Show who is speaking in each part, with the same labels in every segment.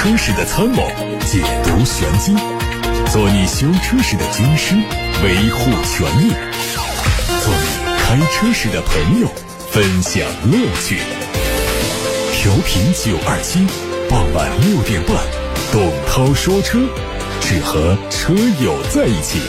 Speaker 1: 车时的参谋，解读玄机，做你修车时的军师，维护权益，做你开车时的朋友，分享乐趣。调频927，傍晚6点半，董涛说车，只和车友在一起。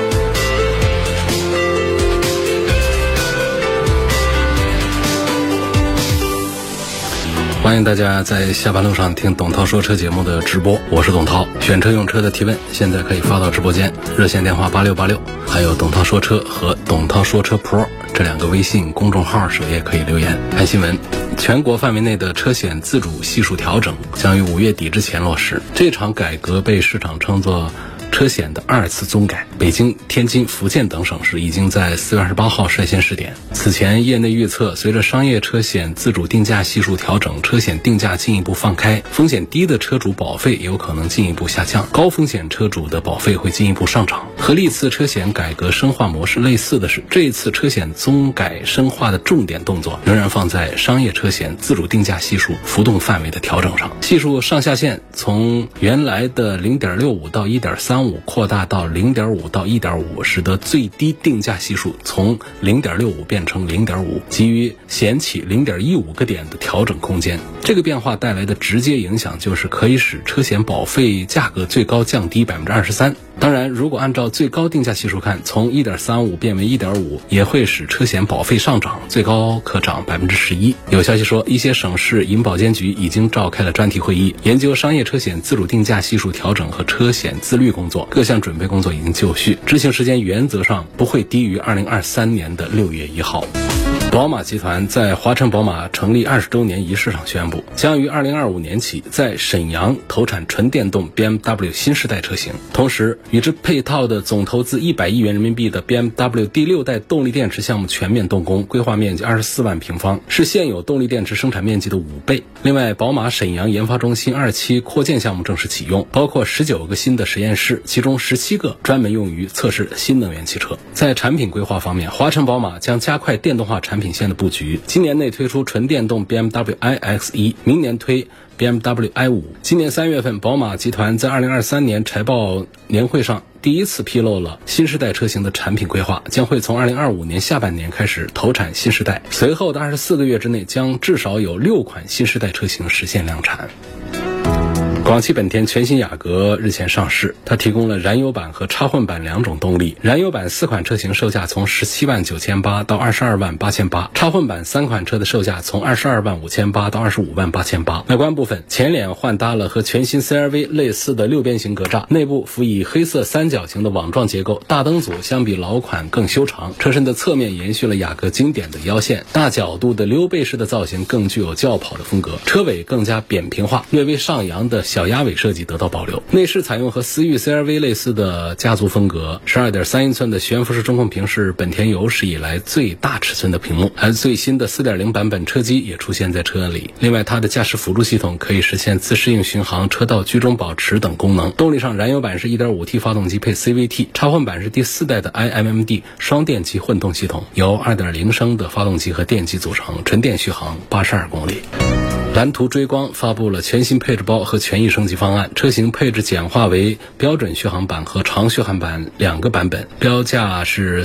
Speaker 2: 欢迎大家在下班路上听董涛说车节目的直播，我是董涛。选车用车的提问现在可以发到直播间，热线电话8686，还有董涛说车和董涛说车 Pro 这两个微信公众号首页可以留言。看新闻，全国范围内的车险自主系数调整将于5月底之前落实。这场改革被市场称作车险的2次综改，北京、天津、福建等省市已经在4月28号率先试点。此前业内预测，随着商业车险自主定价系数调整，车险定价进一步放开，风险低的车主保费有可能进一步下降，高风险车主的保费会进一步上涨。和历次车险改革深化模式类似的是，这一次车险综改深化的重点动作仍然放在商业车险自主定价系数浮动范围的调整上。系数上下限从原来的 0.65 到 1.35扩大到 0.5 到 1.5， 使得最低定价系数从 0.65 变成 0.5， 给予险企 0.15 个点的调整空间。这个变化带来的直接影响就是可以使车险保费价格最高降低 23%。当然，如果按照最高定价系数看，从 1.35 变为 1.5 也会使车险保费上涨，最高可涨 11%。 有消息说，一些省市银保监局已经召开了专题会议，研究商业车险自主定价系数调整和车险自律工作，各项准备工作已经就绪，执行时间原则上不会低于2023年的6月1号。宝马集团在华晨宝马成立20周年仪式上宣布，将于2025年起在沈阳投产纯电动 BMW 新世代车型，同时与之配套的总投资100亿元人民币的 BMW 第6代动力电池项目全面动工，规划面积24万平方，是现有动力电池生产面积的5倍。另外，宝马沈阳研发中心2期扩建项目正式启用，包括19个新的实验室，其中17个专门用于测试新能源汽车。在产品规划方面，华晨宝马将加快电动化产品线的布局，今年内推出纯电动 BMW iX1， 明年推 BMW i5。 今年3月份，宝马集团在2023年财报年会上第一次披露了新世代车型的产品规划，将会从2025年下半年开始投产新世代，随后的24个月之内将至少有6款新世代车型实现量产。广汽本田全新雅阁日前上市，它提供了燃油版和插混版2种动力。燃油版4款车型售价从17.98万到22.88万，插混版3款车的售价从22.58万到25.88万。外观部分，前脸换搭了和全新 CR-V 类似的6边形格栅，内部辅以黑色三角形的网状结构，大灯组相比老款更修长，车身的侧面延续了雅阁经典的腰线，大角度的溜背式的造型更具有轿跑的风格，车尾更加扁平化，略微上扬的小鸭尾设计得到保留。内饰采用和思域 CR-V 类似的家族风格， 12.3 英寸的悬浮式中控屏是本田有史以来最大尺寸的屏幕，而最新的 4.0 版本车机也出现在车里。另外，它的驾驶辅助系统可以实现自适应巡航、车道居中保持等功能。动力上，燃油版是 1.5T 发动机配 CVT， 插混版是第4代的 iMMD 双电机混动系统，由 2.0 升的发动机和电机组成，纯电续航82公里。蓝图追光发布了全新配置包和权益升级方案，车型配置简化为标准续航版和长续航版2个版本，标价是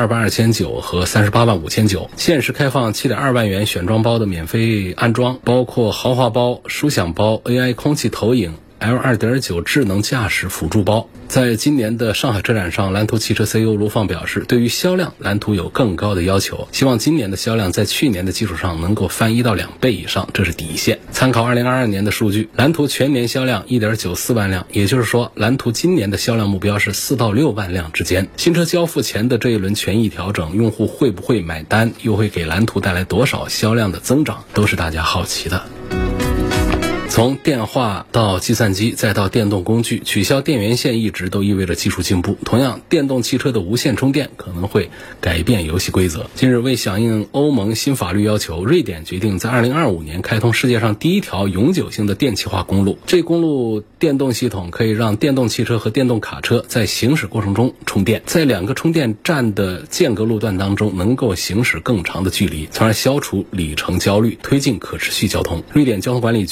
Speaker 2: 32.29万和38.59万，限时开放7.2万元选装包的免费安装，包括豪华包、舒享包、AI 空气投影、L2.9 智能驾驶辅助包。在今年的上海车展上，蓝图汽车 CEO 卢放表示，对于销量，蓝图有更高的要求，希望今年的销量在去年的基础上能够翻1到2倍以上，这是底线。参考2022年的数据，蓝图全年销量 1.94 万辆，也就是说，蓝图今年的销量目标是4到6万辆之间。新车交付前的这一轮权益调整，用户会不会买单，又会给蓝图带来多少销量的增长，都是大家好奇的。从电话到计算机再到电动工具，取消电源线一直都意味着技术进步。同样，电动汽车的无线充电可能会改变游戏规则。近日，为响应欧盟新法律要求，瑞典决定在2025年开通世界上第一条永久性的电气化公路。这公路电动系统可以让电动汽车和电动卡车在行驶过程中充电，在2个充电站的间隔路段当中能够行驶更长的距离，从而消除里程焦虑，推进可持续交通。瑞典交通管理局战略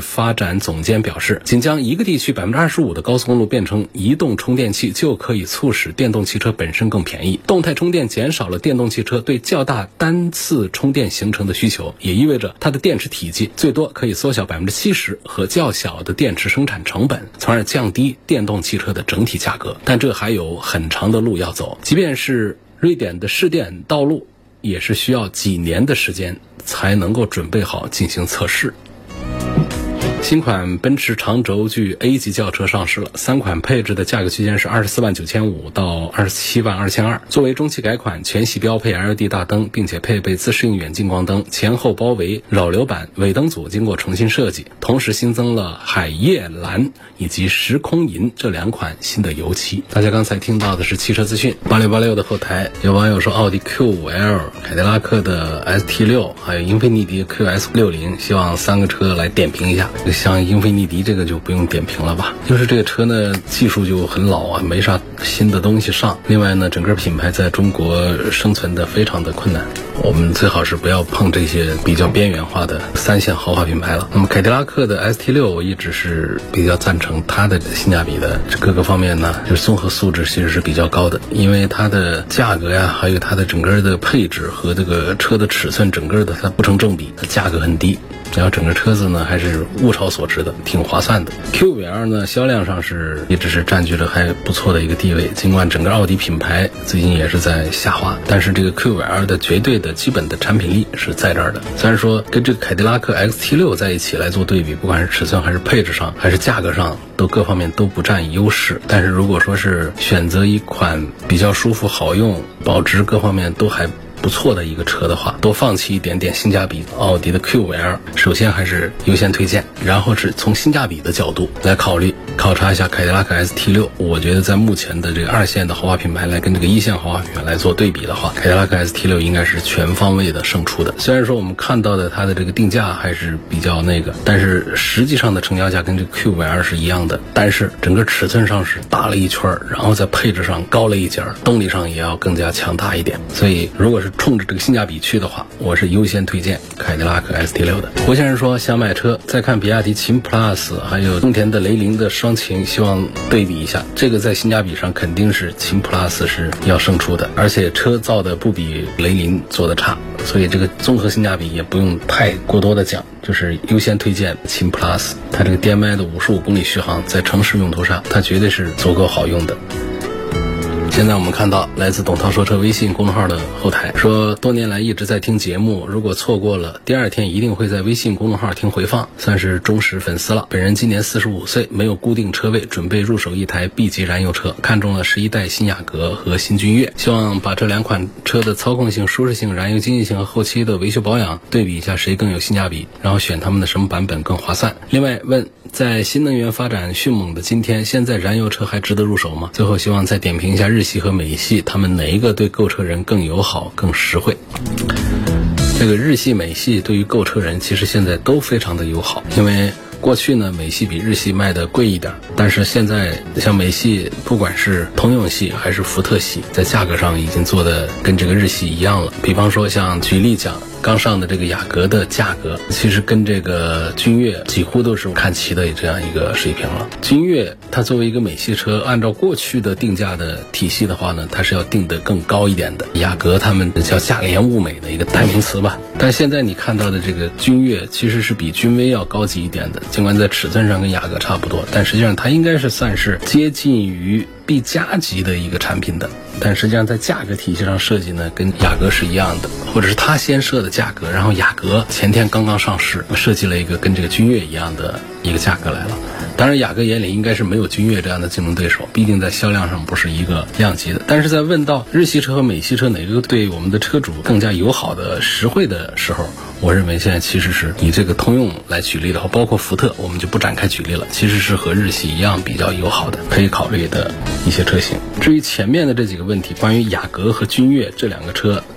Speaker 2: 发展总监表示，仅将一个地区 25% 的高速公路变成移动充电器，就可以促使电动汽车本身更便宜。动态充电减少了电动汽车对较大单次充电形成的需求，也意味着它的电池体积最多可以缩小 70% 和较小的电池生产成本，从而降低电动汽车的整体价格。但这还有很长的路要走，即便是瑞典的试电道路，也是需要几年的时间才能够准备好进行测试。新款奔驰长轴距 A 级轿车上市了，3款配置的价格区间是24.95万到27.2万。作为中期改款，全系标配 LED 大灯，并且配备自适应远近光灯，前后包围扰流板，尾灯组经过重新设计，同时新增了海夜蓝以及时空银这2款新的油漆。大家刚才听到的是汽车资讯。8686的后台有网友说，奥迪 Q5L、凯迪拉克的 ST6 还有英菲尼迪 QS60，希望3个车来点评一下。像英菲尼迪这个就不用点评了吧，就是这个车呢技术就很老啊，没啥新的东西上。另外呢，整个品牌在中国生存的非常的困难，我们最好是不要碰这些比较边缘化的3线豪华品牌了。那么凯迪拉克的 ST6 我一直是比较赞成它的性价比的，各个方面呢就是综合素质其实是比较高的，因为它的价格呀，还有它的整个的配置和这个车的尺寸，整个的它不成正比，它价格很低。然后整个车子呢还是物超所值的，挺划算的。Q5L 呢销量上是一直是占据着还不错的一个地位，尽管整个奥迪品牌最近也是在下滑，但是这个 Q5L 的绝对的基本的产品力是在这儿的。虽然说跟这个凯迪拉克 XT6 在一起来做对比，不管是尺寸还是配置上还是价格上，都各方面都不占优势。但是如果说是选择一款比较舒服好用，保值各方面都还不错的一个车的话，多放弃一点点性价比，奥迪的 Q5L 首先还是优先推荐，然后是从性价比的角度来考察一下凯迪拉克 ST6。我觉得在目前的这个2线的豪华品牌来跟这个1线豪华品牌来做对比的话，凯迪拉克 ST6 应该是全方位的胜出的。虽然说我们看到的它的这个定价还是比较但是实际上的成交价跟这个 Q5L 是一样的，但是整个尺寸上是大了一圈，然后在配置上高了一截，动力上也要更加强大一点。所以如果是冲着这个性价比去的话，我是优先推荐凯迪拉克 ST6 的。胡先生说想买车，再看比亚迪秦 Plus 还有丰田的雷凌的双擎，希望对比一下。这个在性价比上肯定是秦 Plus 是要胜出的，而且车造的不比雷凌做的差，所以这个综合性价比也不用太过多的讲，就是优先推荐秦 Plus。 它这个 DMI 的55公里续航在城市用途上它绝对是足够好用的。现在我们看到来自董涛说车微信公众号的后台说，多年来一直在听节目，如果错过了第2天一定会在微信公众号听回放，算是忠实粉丝了。本人今年45岁，没有固定车位，准备入手一台 B 级燃油车，看中了11代新雅阁和新君越，希望把这2款车的操控性、舒适性、燃油经济性和后期的维修保养对比一下，谁更有性价比，然后选他们的什么版本更划算。另外问，在新能源发展迅猛的今天，现在燃油车还值得入手吗？最后希望再点评一下日系和美系，他们哪一个对购车人更友好更实惠。这个日系美系对于购车人其实现在都非常的友好，因为过去呢美系比日系卖的贵一点，但是现在像美系不管是通用系还是福特系，在价格上已经做的跟这个日系一样了。比方说像举例讲，刚上的这个雅阁的价格其实跟这个君越几乎都是看齐的这样一个水平了。君越它作为一个美系车，按照过去的定价的体系的话呢，它是要定得更高一点的。雅阁他们叫价廉物美的一个代名词吧，但现在你看到的这个君越其实是比君威要高级一点的，尽管在尺寸上跟雅阁差不多，但实际上它应该是算是接近于 B 加级的一个产品的，但实际上在价格体系上设计呢跟雅阁是一样的，或者是它先设的价格，然后雅阁前天刚刚上市，设计了一个跟这个君越一样的一个价格来了。当然雅阁眼里应该是没有君越这样的竞争对手，毕竟在销量上不是一个量级的。但是在问到日系车和美系车哪个对我们的车主更加友好的实惠的时候，我认为现在其实是以这个通用来举例的话，包括福特我们就不展开举例了，其实是和日系一样比较友好的可以考虑的一些车型。至于前面的这几个问题，关于雅阁和君越这2个车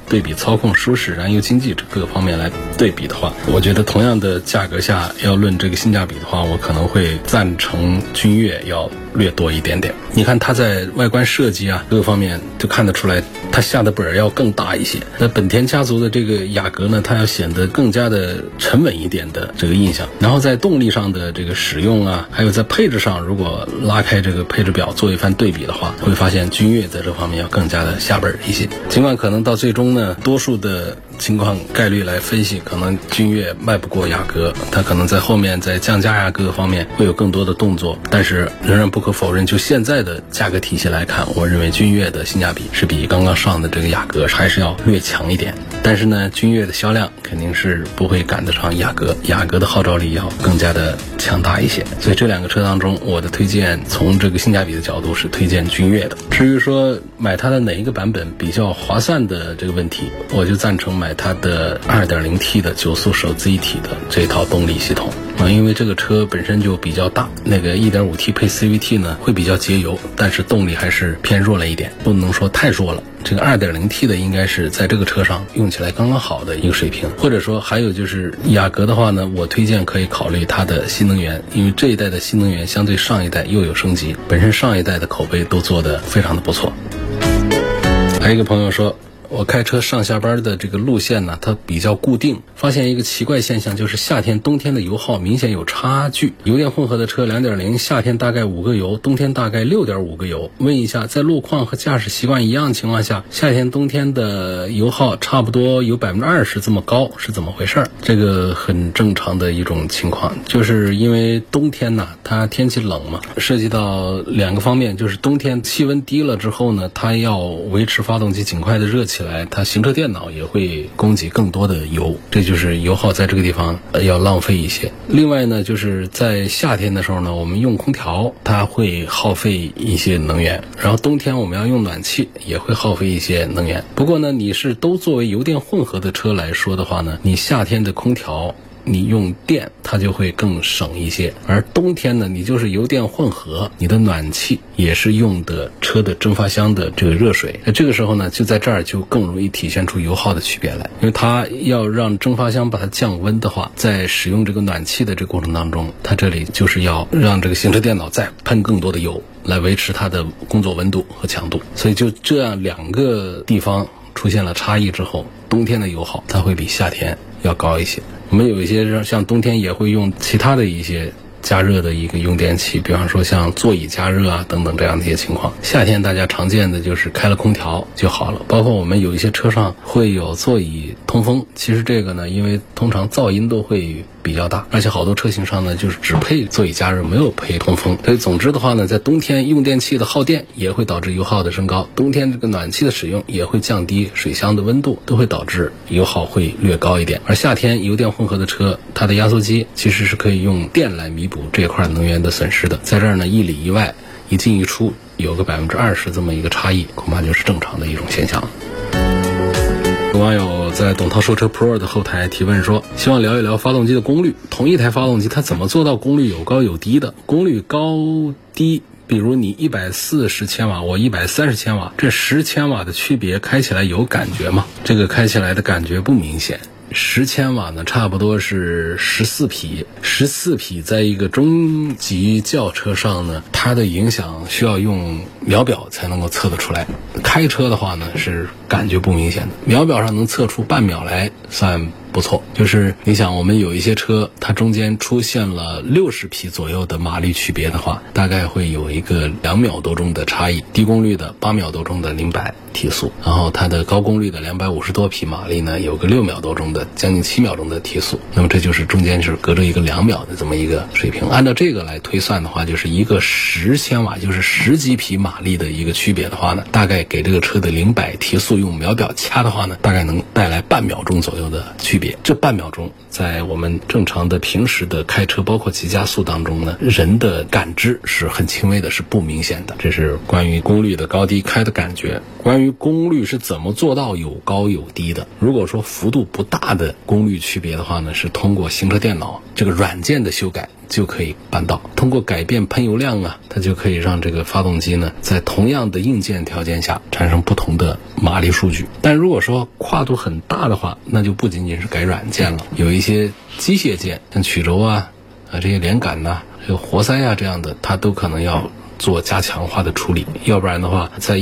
Speaker 2: 对比操控舒适、燃油经济这各个方面来对比的话，我觉得同样的价格下要论这个性价比的话，我可能会赞成君越要略多一点点。你看它在外观设计啊各个方面就看得出来，它下的本要更大一些。那本田家族的这个雅阁呢，它要显得更加的沉稳一点的这个印象。然后在动力上的这个使用啊，还有在配置上，如果拉开这个配置表做一番对比的话，会发现君越在这方面要更加的下本一些。尽管可能到最终呢，多数的情况概率来分析，可能君越迈不过雅阁，它可能在后面在降价呀各个方面会有更多的动作，但是仍然不可否认，就现在的价格体系来看，我认为君越的性价比是比刚刚上的这个雅阁还是要略强一点。但是呢，君越的销量肯定是不会赶得上雅阁，雅阁的号召力要更加的强大一些。所以这两个车当中，我的推荐从这个性价比的角度是推荐君越的。至于说买它的哪一个版本比较划算的这个问题，我就赞成买它的 2.0T 的9速手自一体的这套动力系统因为这个车本身就比较大，那个 1.5T 配 CVT 呢会比较节油，但是动力还是偏弱了一点，不能说太弱了。这个 2.0T 的应该是在这个车上用起来刚刚好的一个水平。或者说还有就是雅阁的话呢，我推荐可以考虑它的新能源，因为这一代的新能源相对上一代又有升级，本身上一代的口碑都做得非常的不错。还有一个朋友说，我开车上下班的这个路线呢，它比较固定，发现一个奇怪现象，就是夏天冬天的油耗明显有差距。油电混合的车 2.0 夏天大概5个油，冬天大概 6.5 个油。问一下，在路况和驾驶习惯一样情况下，夏天冬天的油耗差不多有 20% 这么高，是怎么回事？这个很正常的一种情况，就是因为冬天呢，它天气冷嘛，涉及到两个方面，就是冬天气温低了之后呢，它要维持发动机尽快的热起来，它行车电脑也会供给更多的油，这就是油耗在这个地方要浪费一些。另外呢，就是在夏天的时候呢，我们用空调它会耗费一些能源，然后冬天我们要用暖气也会耗费一些能源。不过呢，你是都作为油电混合的车来说的话呢，你夏天的空调你用电它就会更省一些，而冬天呢，你就是油电混合，你的暖气也是用的车的蒸发箱的这个热水，那这个时候呢，就在这儿就更容易体现出油耗的区别来。因为它要让蒸发箱把它降温的话，在使用这个暖气的这个过程当中，它这里就是要让这个行车电脑再喷更多的油来维持它的工作温度和强度。所以就这样两个地方出现了差异之后，冬天的油耗它会比夏天要高一些。我们有一些像冬天也会用其他的一些加热的一个用电器，比方说像座椅加热啊等等这样的一些情况。夏天大家常见的就是开了空调就好了，包括我们有一些车上会有座椅通风，其实这个呢，因为通常噪音都会比较大，而且好多车型上呢就是只配座椅加热，没有配通风。所以总之的话呢，在冬天用电器的耗电也会导致油耗的升高，冬天这个暖气的使用也会降低水箱的温度，都会导致油耗会略高一点。而夏天油电混合的车，它的压缩机其实是可以用电来弥补这块能源的损失的。在这儿呢，一里一外，一进一出有个 20% 这么一个差异，恐怕就是正常的一种现象。有网友在董涛说车 Pro 的后台提问说，希望聊一聊发动机的功率，同一台发动机它怎么做到功率有高有低的？功率高低，比如你140千瓦，我130千瓦，这10千瓦的区别开起来有感觉吗？这个开起来的感觉不明显。10千瓦呢，差不多是14匹，14匹在一个中级轿车上呢，它的影响需要用秒表才能够测得出来。开车的话呢，是感觉不明显的，秒表上能测出半秒来算不错。就是你想，我们有一些车它中间出现了60匹左右的马力区别的话，大概会有一个2秒多钟的差异。低功率的8秒多钟的0-100提速，然后它的高功率的250多匹马力呢，有个6秒多钟的将近7秒钟的提速。那么这就是中间是隔着一个2秒的这么一个水平。按照这个来推算的话，就是一个10千瓦，就是10几匹马力的一个区别的话呢，大概给这个车的0-100提速用秒表掐的话呢，大概能带来半秒钟左右的区别。这半秒钟在我们正常的平时的开车，包括急加速当中呢，人的感知是很轻微的，是不明显的。这是关于功率的高低开的感觉。关于功率是怎么做到有高有低的，如果说幅度不大的功率区别的话呢，是通过行车电脑这个软件的修改就可以办到。通过改变喷油量啊，它就可以让这个发动机呢在同样的硬件条件下产生不同的马力数据。但如果说跨度很大的话，那就不仅仅是改软件了，有一些机械件像曲轴啊这些连杆呐还有活塞啊这样的，它都可能要做加强化的处理，要不然的话在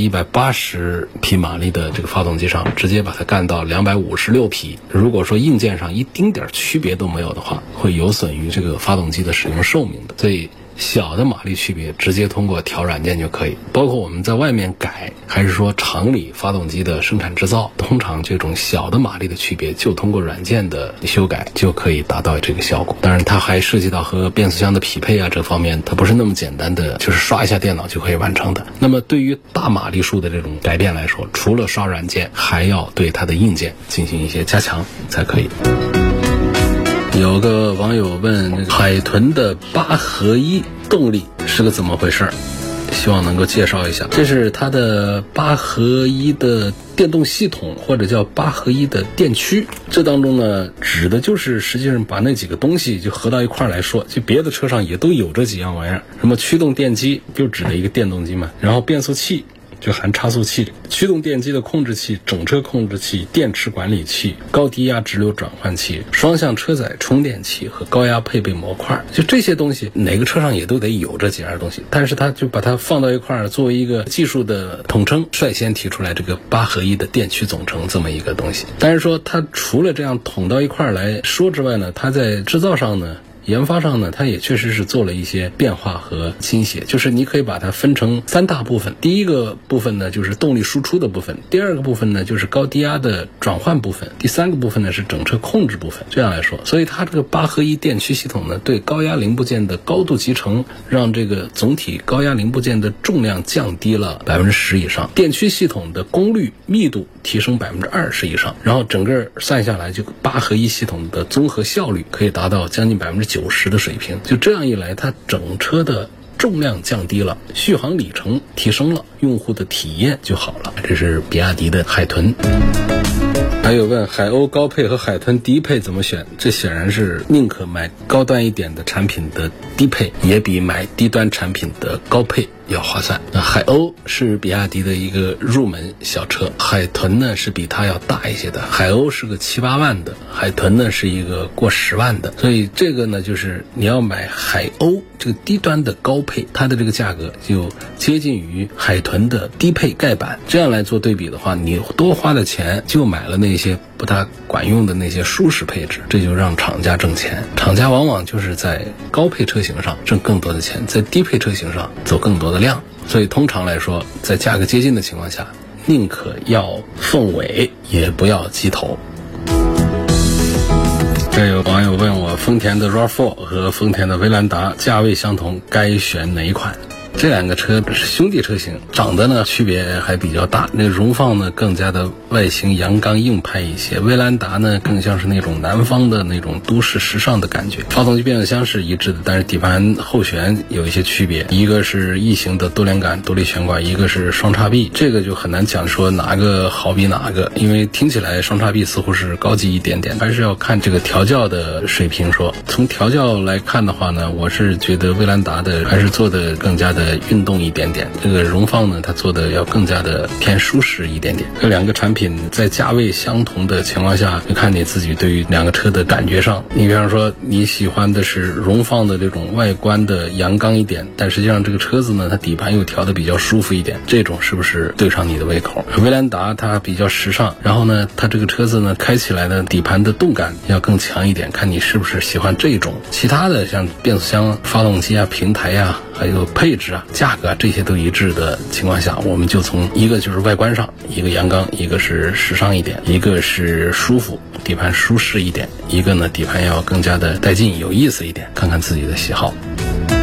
Speaker 2: 180匹马力的这个发动机上直接把它干到256匹，如果说硬件上一丁点区别都没有的话，会有损于这个发动机的使用寿命的。所以小的马力区别直接通过调软件就可以，包括我们在外面改还是说厂里发动机的生产制造，通常这种小的马力的区别就通过软件的修改就可以达到这个效果。当然它还涉及到和变速箱的匹配啊这方面，它不是那么简单的就是刷一下电脑就可以完成的。那么对于大马力数的这种改变来说，除了刷软件，还要对它的硬件进行一些加强才可以。有个网友问海豚的8合1动力是个怎么回事，希望能够介绍一下。这是它的8合1的电动系统，或者叫8合1的电驱。这当中呢，指的就是实际上把那几个东西就合到一块来说，就别的车上也都有这几样玩意儿。什么驱动电机就指的一个电动机嘛，然后变速器就含差速器，驱动电机的控制器、整车控制器、电池管理器、高低压直流转换器、双向车载充电器和高压配备模块。就这些东西哪个车上也都得有这几样东西，但是它就把它放到一块儿作为一个技术的统称，率先提出来这个8合1的电驱总成这么一个东西。但是说它除了这样统到一块儿来说之外呢，它在制造上呢研发上呢，它也确实是做了一些变化和倾斜，就是你可以把它分成3大部分。第一个部分呢就是动力输出的部分，第二个部分呢就是高低压的转换部分，第三个部分呢是整车控制部分。这样来说，所以它这个8合1电驱系统呢，对高压零部件的高度集成，让这个总体高压零部件的重量降低了10%以上，电驱系统的功率密度提升20%以上，然后整个算下来，就8合1系统的综合效率可以达到将近90%的水平。就这样一来，它整车的重量降低了，续航里程提升了，用户的体验就好了。这是比亚迪的海豚。还有问海鸥高配和海豚低配怎么选，这显然是宁可买高端一点的产品的低配，也比买低端产品的高配要划算。那海鸥是比亚迪的一个入门小车，海豚呢是比它要大一些的，海鸥是个7、8万的，海豚呢是一个过10万的。所以这个呢就是你要买海鸥这个低端的高配，它的这个价格就接近于海豚的低配盖板。这样来做对比的话，你多花的钱就买了那些不大管用的那些舒适配置，这就让厂家挣钱。厂家往往就是在高配车型上挣更多的钱，在低配车型上走更多的量。所以通常来说，在价格接近的情况下，宁可要凤尾也不要鸡头。这有网友问我，丰田的 RAV4 和丰田的威兰达价位相同，该选哪一款？这两个车是兄弟车型，长得呢区别还比较大。那个荣放呢更加的外形阳刚硬派一些，威兰达呢更像是那种南方的那种都市时尚的感觉。发动机变速箱是一致的，但是底盘后悬有一些区别，一个是异形的多连杆独立悬挂，一个是双叉臂，这个就很难讲说哪个好比哪个，因为听起来双叉臂似乎是高级一点点，还是要看这个调教的水平说。从调教来看的话呢，我是觉得威兰达的还是做的更加的运动一点点，这个荣放呢它做的要更加的偏舒适一点点。这两个产品在价位相同的情况下，就看你自己对于两个车的感觉上。你比方说你喜欢的是荣放的这种外观的阳刚一点，但实际上这个车子呢它底盘又调的比较舒服一点，这种是不是对上你的胃口？威兰达它比较时尚，然后呢它这个车子呢开起来的底盘的动感要更强一点，看你是不是喜欢这种。其他的像变速箱、发动机啊、平台啊，还有配置啊、价格啊，这些都一致的情况下，我们就从一个就是外观上，一个阳刚，一个是时尚一点，一个是舒服，底盘舒适一点，一个呢底盘要更加的带劲有意思一点，看看自己的喜好。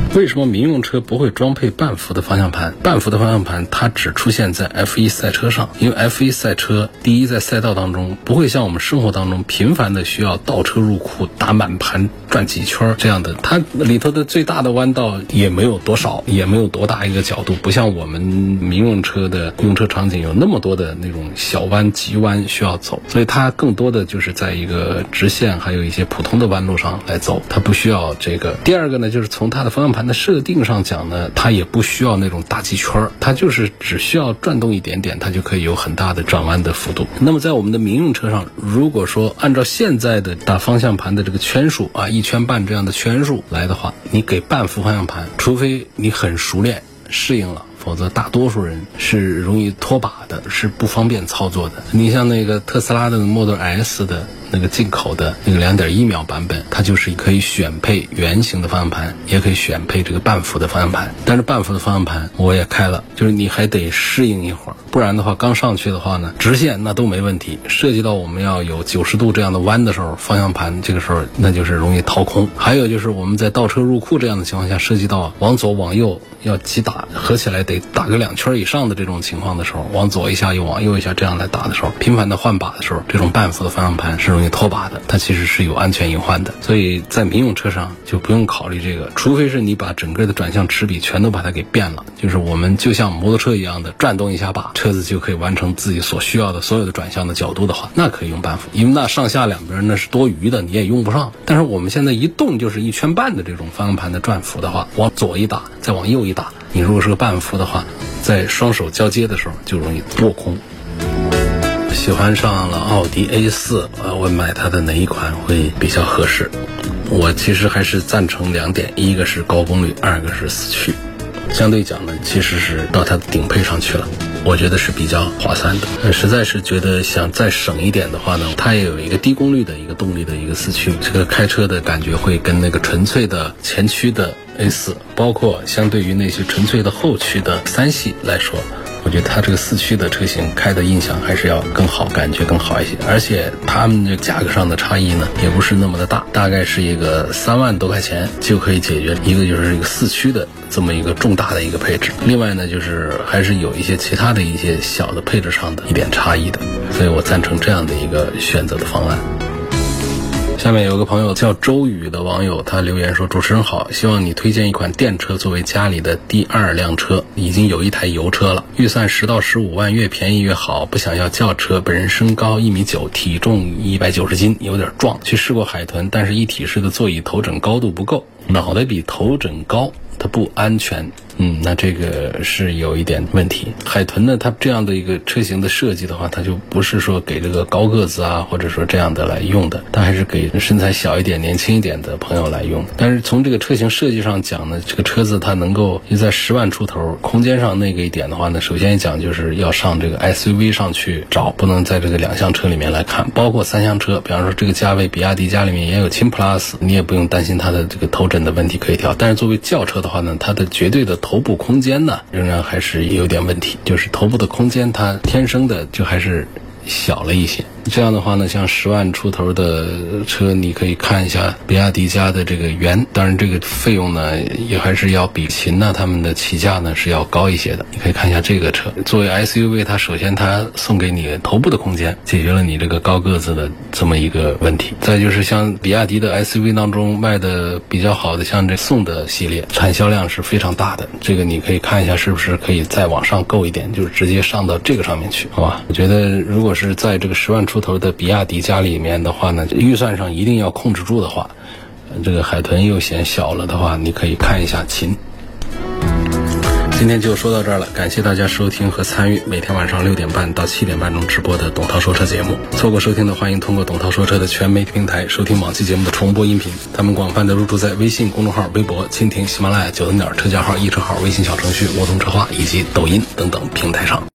Speaker 2: 为什么民用车不会装配半幅的方向盘？半幅的方向盘它只出现在 F1 赛车上，因为 F1 赛车第一在赛道当中不会像我们生活当中频繁的需要倒车入库打满盘转几圈这样的，它里头的最大的弯道也没有多少，也没有多大一个角度，不像我们民用车的用车场景有那么多的那种小弯急弯需要走，所以它更多的就是在一个直线还有一些普通的弯路上来走，它不需要这个。第二个呢，就是从它的方向盘的设定上讲呢，它也不需要那种大几圈，它就是只需要转动一点点，它就可以有很大的转弯的幅度。那么在我们的民用车上，如果说按照现在的打方向盘的这个圈数啊，1圈半这样的圈数来的话，你给半幅方向盘，除非你很熟练适应了，否则大多数人是容易脱把的，是不方便操作的。你像那个特斯拉的 Model S 的那个进口的那个 2.1 秒版本，它就是可以选配圆形的方向盘，也可以选配这个半幅的方向盘。但是半幅的方向盘我也开了，就是你还得适应一会儿，不然的话刚上去的话呢，直线那都没问题，涉及到我们要有90度这样的弯的时候，方向盘这个时候那就是容易掏空。还有就是我们在倒车入库这样的情况下，涉及到往左往右要急打，合起来得打个2圈以上的这种情况的时候，往左一下又往右一下这样来打的时候，频繁的换把的时候，这种半幅的方向盘是容易脱把的，它其实是有安全隐患的。所以在民用车上就不用考虑这个，除非是你把整个的转向齿比全都把它给变了，就是我们就像摩托车一样的转动一下把，车子就可以完成自己所需要的所有的转向的角度的话，那可以用半幅，因为那上下两边那是多余的，你也用不上。但是我们现在一动就是1圈半的这种方向盘的转幅的话，往左一打再往右一打，你如果是个半幅的话，在双手交接的时候就容易落空。喜欢上了奥迪 A4， 我买它的哪一款会比较合适？我其实还是赞成2点，一个是高功率，二个是四驱。相对讲呢，其实是到它的顶配上去了，我觉得是比较划算的。实在是觉得想再省一点的话呢，它也有一个低功率的一个动力的一个四驱，这个开车的感觉会跟那个纯粹的前驱的 A4， 包括相对于那些纯粹的后驱的3系来说，我觉得它这个四驱的车型开的印象还是要更好，感觉更好一些。而且它们这价格上的差异呢，也不是那么的大，大概是一个3万多块钱就可以解决。一个就是一个四驱的这么一个重大的一个配置，另外呢就是还是有一些其他的一些小的配置上的一点差异的，所以我赞成这样的一个选择的方案。下面有个朋友叫周宇的网友，他留言说：主持人好，希望你推荐一款电车作为家里的第2辆车，已经有一台油车了，预算10到15万，越便宜越好，不想要轿车，本人身高1.9米，体重190斤，有点壮，去试过海豚，但是一体式的座椅头枕高度不够，脑袋比头枕高，它不安全。那这个是有一点问题。海豚呢，它这样的一个车型的设计的话，它就不是说给这个高个子啊，或者说这样的来用的，它还是给身材小一点、年轻一点的朋友来用。但是从这个车型设计上讲呢，这个车子它能够就在10万出头，空间上那个一点的话呢，首先讲就是要上这个 SUV 上去找，不能在这个2厢车里面来看，包括3厢车，比方说这个价位比亚迪家里面也有秦 Plus， 你也不用担心它的这个头枕的问题可以调。但是作为轿车的话呢，它的绝对的头部空间呢，仍然还是有点问题，就是头部的空间它天生的就还是小了一些。这样的话呢，像10万出头的车，你可以看一下比亚迪家的这个元，当然这个费用呢也还是要比秦他们的起价呢是要高一些的。你可以看一下这个车，作为 SUV， 它首先它送给你头部的空间，解决了你这个高个子的这么一个问题。再就是像比亚迪的 SUV 当中卖的比较好的，像这宋的系列，产销量是非常大的，这个你可以看一下是不是可以再往上够一点，就是直接上到这个上面去，好吧？我觉得如果是在这个10万出头的比亚迪家里面的话呢，预算上一定要控制住的话，这个海豚又显小了的话，你可以看一下秦。今天就说到这儿了，感谢大家收听和参与每天晚上6点半到7点半中直播的董涛说车节目。错过收听的，欢迎通过董涛说车的全媒体平台收听往期节目的重播音频，他们广泛的入驻在微信公众号、微博、蜻蜓、喜马拉雅、9头鸟车架号、易车号、微信小程序、摩通车话以及抖音等等平台上。